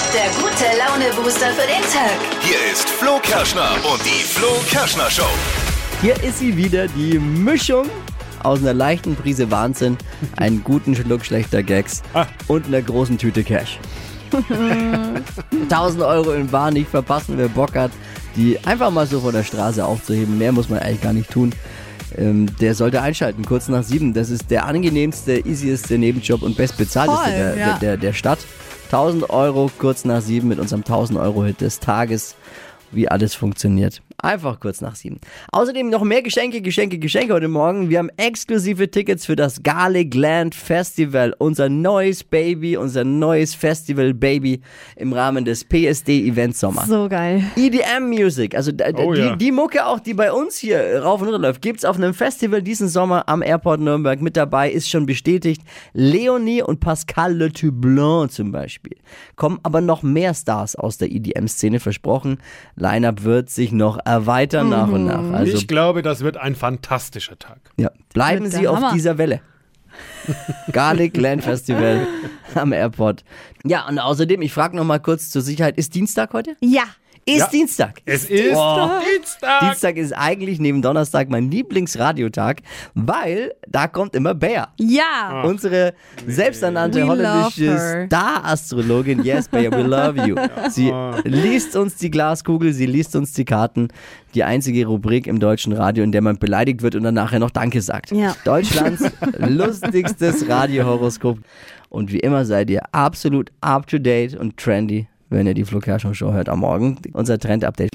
der gute Laune-Booster für den Tag. Hier ist Flo Kerschner und die Flo Kerschner Show. Hier ist sie wieder, die Mischung aus einer leichten Prise Wahnsinn, einen guten Schluck schlechter Gags und einer großen Tüte Cash. 1.000 Euro in Bar nicht verpassen, wer Bock hat, die einfach mal so von der Straße aufzuheben. Mehr muss man eigentlich gar nicht tun. Der sollte einschalten, kurz nach 7. Das ist der angenehmste, easieste Nebenjob und bestbezahlteste der Stadt. 1.000 Euro kurz nach 7 mit unserem 1.000 Euro Hit des Tages. Wie alles funktioniert. Einfach kurz nach 7. Außerdem noch mehr Geschenke heute Morgen. Wir haben exklusive Tickets für das Garlic Land Festival. Unser neues Festival Baby im Rahmen des PSD Event Sommer. So geil. EDM Music, also die Mucke auch, die bei uns hier rauf und runter läuft, gibt's auf einem Festival diesen Sommer am Airport Nürnberg mit dabei, ist schon bestätigt. Leonie und Pascal Le Toublon zum Beispiel. Kommen aber noch mehr Stars aus der EDM-Szene, versprochen. Line-Up wird sich noch erweitern nach und nach. Also, ich glaube, das wird ein fantastischer Tag. Ja, bleiben Sie auf dieser Welle. Garlic Land Festival am Airport. Ja, und außerdem, ich frage noch mal kurz zur Sicherheit, ist Dienstag heute? Ja. Dienstag. Es ist Dienstag. Dienstag ist eigentlich neben Donnerstag mein Lieblingsradiotag, weil da kommt immer Bea. Ja. Unsere selbsternannte holländische Star-Astrologin. Yes, Bea, we love you. Sie liest uns die Glaskugel, sie liest uns die Karten. Die einzige Rubrik im deutschen Radio, in der man beleidigt wird und dann nachher noch Danke sagt. Ja. Deutschlands lustigstes Radiohoroskop. Und wie immer seid ihr absolut up-to-date und trendy, wenn ihr die Flo Kerschner Show hört am Morgen. Unser Trend-Update.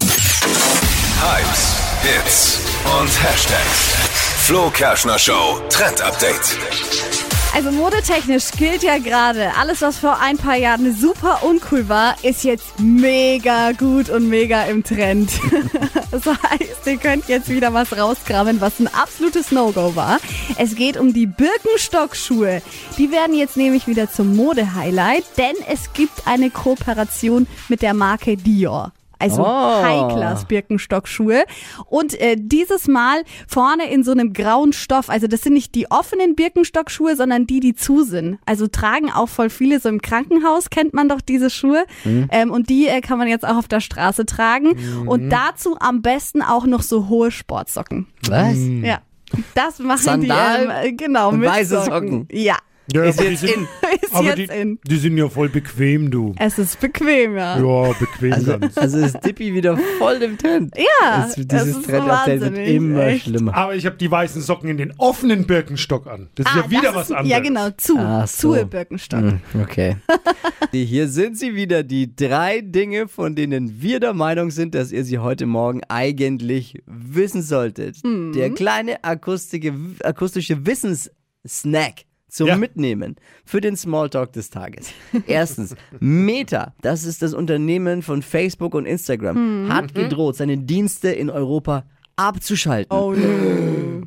Hypes, Hits und Hashtags. Flo Kerschner Show Trend Update. Also modetechnisch gilt ja gerade, alles was vor ein paar Jahren super uncool war, ist jetzt mega gut und mega im Trend. Das heißt, ihr könnt jetzt wieder was rauskramen, was ein absolutes No-Go war. Es geht um die Birkenstock-Schuhe. Die werden jetzt nämlich wieder zum Mode-Highlight, denn es gibt eine Kooperation mit der Marke Dior. Also High-Class-Birkenstock-Schuhe. Und dieses Mal vorne in so einem grauen Stoff. Also das sind nicht die offenen Birkenstock-Schuhe, sondern die zu sind. Also tragen auch voll viele so im Krankenhaus, kennt man doch diese Schuhe. Und die kann man jetzt auch auf der Straße tragen. Und dazu am besten auch noch so hohe Sportsocken. Was? Ja, das machen Sandalen die genau und mit weiße Socken. Ja. Ja, Ist aber jetzt die sind, in. aber Jetzt in. die sind ja voll bequem, du. Es ist bequem, ja. Ja, bequem ganz. Also ist Dippy wieder voll im Trend. Ja, Dieses das ist Trend-Update wird wahnsinnig, immer echt. schlimmer. Aber ich habe die weißen Socken in den offenen Birkenstock an. Das ist ja wieder was anderes. Ja, genau, Ach so. zu Birkenstock. Okay. Hier sind sie wieder, die 3 Dinge, von denen wir der Meinung sind, dass ihr sie heute Morgen eigentlich wissen solltet. Der kleine akustische Wissenssnack zum Mitnehmen für den Smalltalk des Tages. Erstens, Meta, das ist das Unternehmen von Facebook und Instagram, hat gedroht, seine Dienste in Europa abzuschalten. Oh no.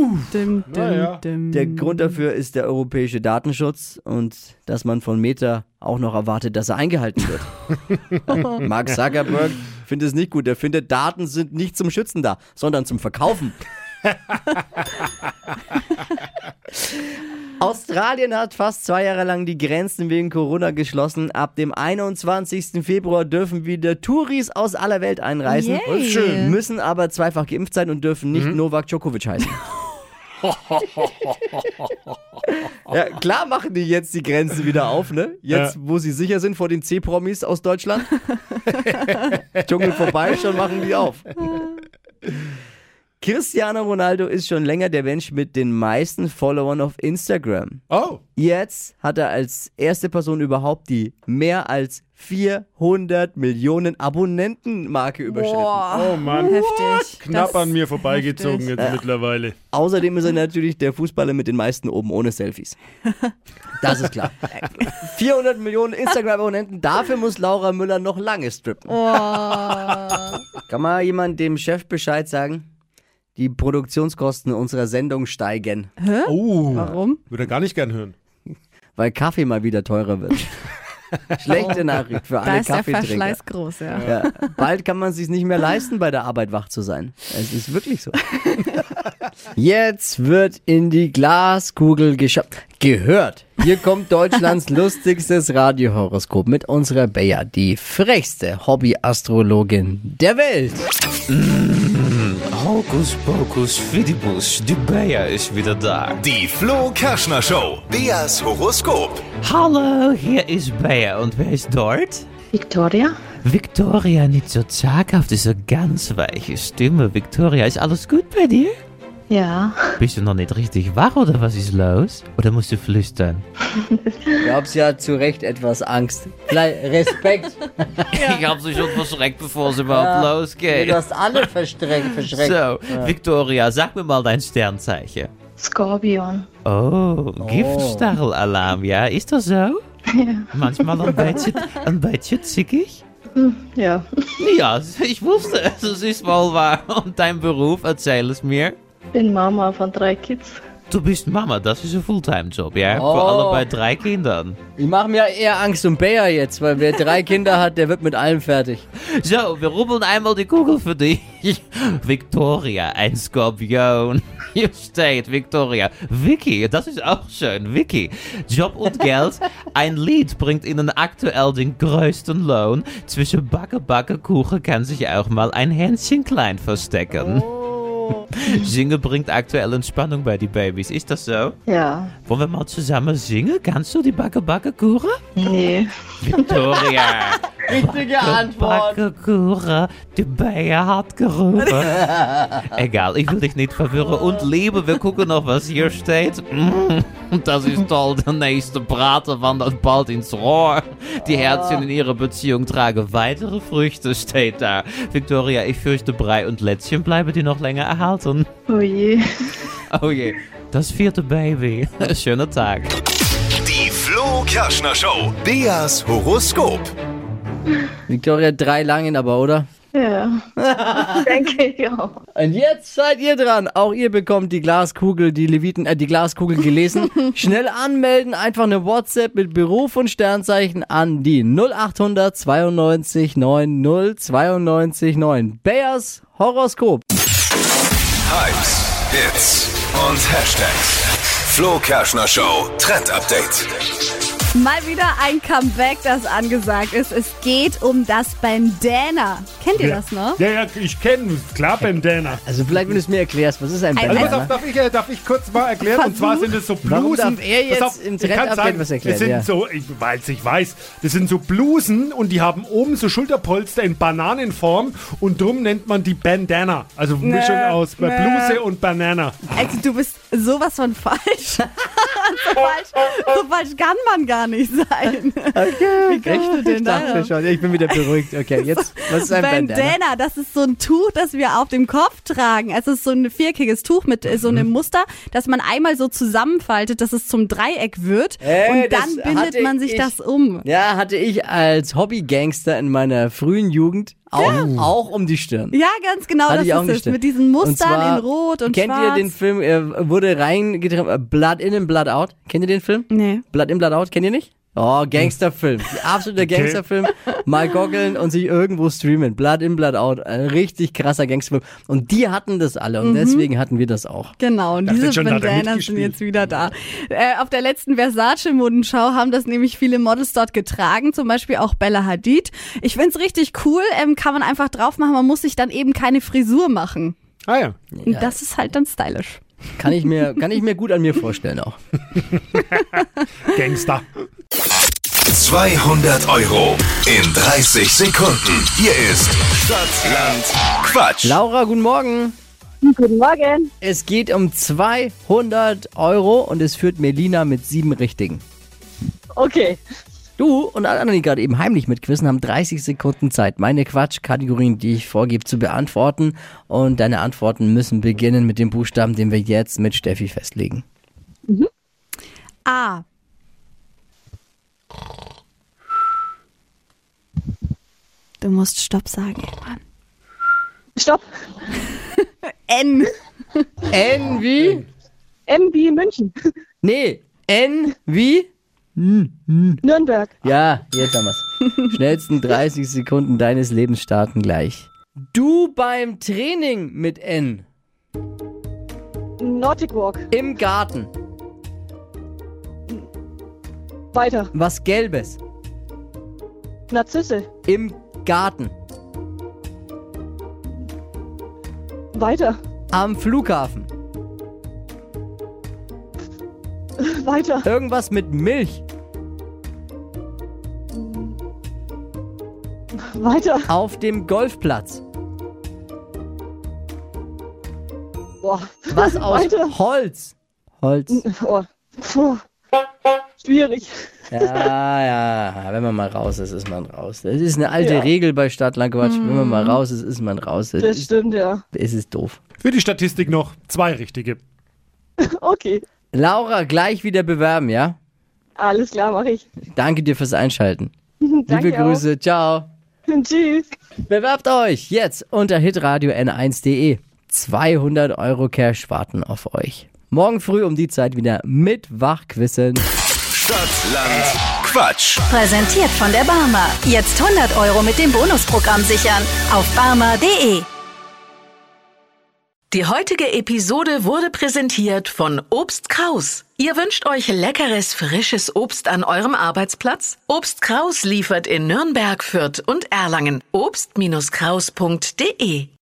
Der Grund dafür ist der europäische Datenschutz und dass man von Meta auch noch erwartet, dass er eingehalten wird. Mark Zuckerberg findet es nicht gut. Er findet, Daten sind nicht zum Schützen da, sondern zum Verkaufen. Australien hat fast 2 Jahre lang die Grenzen wegen Corona geschlossen. Ab dem 21. Februar dürfen wieder Touris aus aller Welt einreisen. Yay. Schön. Müssen aber zweifach geimpft sein und dürfen nicht Novak Djokovic heißen. Ja, klar machen die jetzt die Grenzen wieder auf, ne? Jetzt, wo sie sicher sind vor den C-Promis aus Deutschland. Dschungel vorbei, schon machen die auf. Cristiano Ronaldo ist schon länger der Mensch mit den meisten Followern auf Instagram. Oh. Jetzt hat er als erste Person überhaupt die mehr als 400 Millionen Abonnenten-Marke überschritten. Boah, Oh Mann. heftig. Knapp Das- an mir vorbeigezogen jetzt mittlerweile. Außerdem ist er natürlich der Fußballer mit den meisten oben ohne Selfies. Das ist klar. 400 Millionen Instagram-Abonnenten, dafür muss Laura Müller noch lange strippen. Kann mal jemand dem Chef Bescheid sagen? Die Produktionskosten unserer Sendung steigen, Oh. Warum? Würde er gar nicht gern hören. weil Kaffee mal wieder teurer wird. Schlechte Nachricht für Da alle ist der Kaffeetrinker. Verschleiß groß, ja. Ja, bald kann man es sich nicht mehr leisten, bei der Arbeit wach zu sein. Es ist wirklich so. Jetzt wird in die Glaskugel geschaut. gehört. Hier kommt Deutschlands lustigstes Radiohoroskop mit unserer Bea, die frechste Hobby-Astrologin der Welt. Hokus Pokus Fidibus, die Bea ist wieder da. Die Flo Kerschner Show. Beas Horoskop. Hallo, hier ist Bea und wer ist dort? Victoria? Victoria, nicht so zaghaft, ist so ganz weiche Stimme. Victoria, ist alles gut bei dir? Ja. Bist du noch nicht richtig wach oder was ist los? Oder musst du flüstern? Ich glaube, sie hat zu Recht etwas Angst. Respekt. Ich hab sie schon verschreckt, bevor es überhaupt losgeht. Du hast alle verschreckt. So, Victoria, sag mir mal dein Sternzeichen. Skorpion. Oh, Giftstachel-Alarm, ja? Ist das so? Ja. Manchmal ein bisschen zickig? Ja. Ja, ich wusste es, es ist wohl wahr. Und dein Beruf, erzähl es mir. Bin Mama von 3 Kids. Du bist Mama, das ist ein Fulltime-Job, ja? Oh. Vor allem bei 3 Kindern. Ich mache mir eher Angst um Bea jetzt, weil wer 3 Kinder hat, der wird mit allem fertig. So, wir rubbeln einmal die Kugel für dich. Victoria, ein Skorpion. Hier steht Victoria. Vicky, das ist auch schön. Vicky, Job und Geld. Ein Lied bringt Ihnen aktuell den größten Lohn. Zwischen Backe, Kuchen kann sich auch mal ein Händchen klein verstecken. Singen bringt aktuell Entspannung bei die Babys. Ist das so? Ja. Wollen wir mal zusammen singen? Kannst du die Backe, Kuchen? Nee. Victoria. Richtige Antwort. Kuchen, die Bea hat gerufen. Egal, ich will dich nicht verwirren. Und Liebe, wir gucken noch, was hier steht. Das ist toll, der nächste Braten wandert bald ins Rohr. Die Herzchen in ihrer Beziehung tragen weitere Früchte, steht da. Victoria, ich fürchte, Brei und Lätzchen bleiben dir noch länger erhalten. Oh je. Oh je, das 4. Baby. Schöner Tag. Die Flo Kerschner Show. Beas Horoskop. Victoria, 3 Langen aber, oder? Ja. Denke ich auch. Und jetzt seid ihr dran. Auch ihr bekommt die Glaskugel, die Glaskugel gelesen. Schnell anmelden, einfach eine WhatsApp mit Beruf und Sternzeichen an die 0800 92 90 92 9. Beas Horoskop. Hypes, Hits und Hashtags. Flo Kerschner Show Trend Update. Mal wieder ein Comeback, das angesagt ist. Es geht um das Bandana. Kennt ihr das noch? Ja, ich kenne klar Bandana. Also vielleicht, wenn du es mir erklärst, was ist ein Also Bandana? pass auf, darf ich kurz mal erklären? Und zwar sind es so Blusen. Warum darf er jetzt Pass auf, im ich kann Trend-Update sagen, was erklären? Es sind Ja. so, weil ich weiß, das sind so Blusen und die haben oben so Schulterpolster in Bananenform und drum nennt man die Bandana. Also Mischung aus Bluse und Banana. Also du bist sowas von falsch. so falsch kann man gar nicht sein. Wie kommst du denn Ich dachte darauf? schon, ich bin wieder beruhigt. Okay, jetzt, was ist ein Bandana? Bandana, das ist so ein Tuch, das wir auf dem Kopf tragen. Es ist so ein viereckiges Tuch mit so einem Muster, das man einmal so zusammenfaltet, dass es zum Dreieck wird. Und dann das bindet hatte man sich ich. das um. Ja, hatte ich als Hobbygangster in meiner frühen Jugend auch um die Stirn. Ja, ganz genau, Hatte das ich auch ist nicht es. stimmt. Mit diesen Und Mustern zwar, in Rot und kennt Schwarz. ihr den Film, wurde reingetrimmt, Blood in and Blood out? Kennt ihr den Film? Nee. Blood in, Blood out, kennt ihr nicht? Oh, Gangsterfilm. Absoluter Gangsterfilm. Mal goggeln und sich irgendwo streamen. Blood in, Blood out. Ein richtig krasser Gangsterfilm. Und die hatten das alle und deswegen hatten wir das auch. Genau, und Da wird diese schon da Bandanas sind mitgespielt. jetzt wieder da. Auf der letzten Versace-Modenschau haben das nämlich viele Models dort getragen, zum Beispiel auch Bella Hadid. Ich find's richtig cool, kann man einfach drauf machen, man muss sich dann eben keine Frisur machen. Ah ja. Und das ist halt dann stylisch. Kann ich mir gut an mir vorstellen auch. Gangster. 200 Euro in 30 Sekunden. Hier ist Stadtland Quatsch. Laura, guten Morgen. Guten Morgen. Es geht um 200 Euro und es führt Melina mit 7 Richtigen. Okay. Du und alle anderen, die gerade eben heimlich mitquissen, haben 30 Sekunden Zeit, meine Quatschkategorien, die ich vorgebe, zu beantworten. Und deine Antworten müssen beginnen mit dem Buchstaben, den wir jetzt mit Steffi festlegen. A. Du musst Stopp sagen, Mann. Stopp. N. N wie? M wie München. Nee, N wie? Nürnberg. Ja, jetzt haben wir's. Schnellsten 30 Sekunden deines Lebens starten gleich. Du beim Training mit N. Nordic Walk. Im Garten. Weiter. Was Gelbes. Narzisse. Im Garten. Weiter. Am Flughafen. Weiter. Irgendwas mit Milch. Weiter. Auf dem Golfplatz. Boah. Was aus Weiter. Holz. Holz. Oh. Puh. Schwierig. Ja, wenn man mal raus ist, ist man raus. Das ist eine alte Ja. Regel bei Stadtlandquatsch. Wenn man mal raus ist, ist man raus. Das stimmt, ja. Es ist doof. Für die Statistik noch 2 richtige. Okay. Laura, gleich wieder bewerben, ja? Alles klar, mache ich. Danke dir fürs Einschalten. Danke Liebe Grüße, ciao. Auch. Tschüss. Bewerbt euch jetzt unter hitradio n1.de. 200 € Cash warten auf euch. Morgen früh um die Zeit wieder mit Wachquizzen. Stadtland Quatsch. Präsentiert von der Barmer. Jetzt 100 € mit dem Bonusprogramm sichern. Auf barmer.de. Die heutige Episode wurde präsentiert von Obst Kraus. Ihr wünscht euch leckeres, frisches Obst an eurem Arbeitsplatz? Obst Kraus liefert in Nürnberg, Fürth und Erlangen. Obst-Kraus.de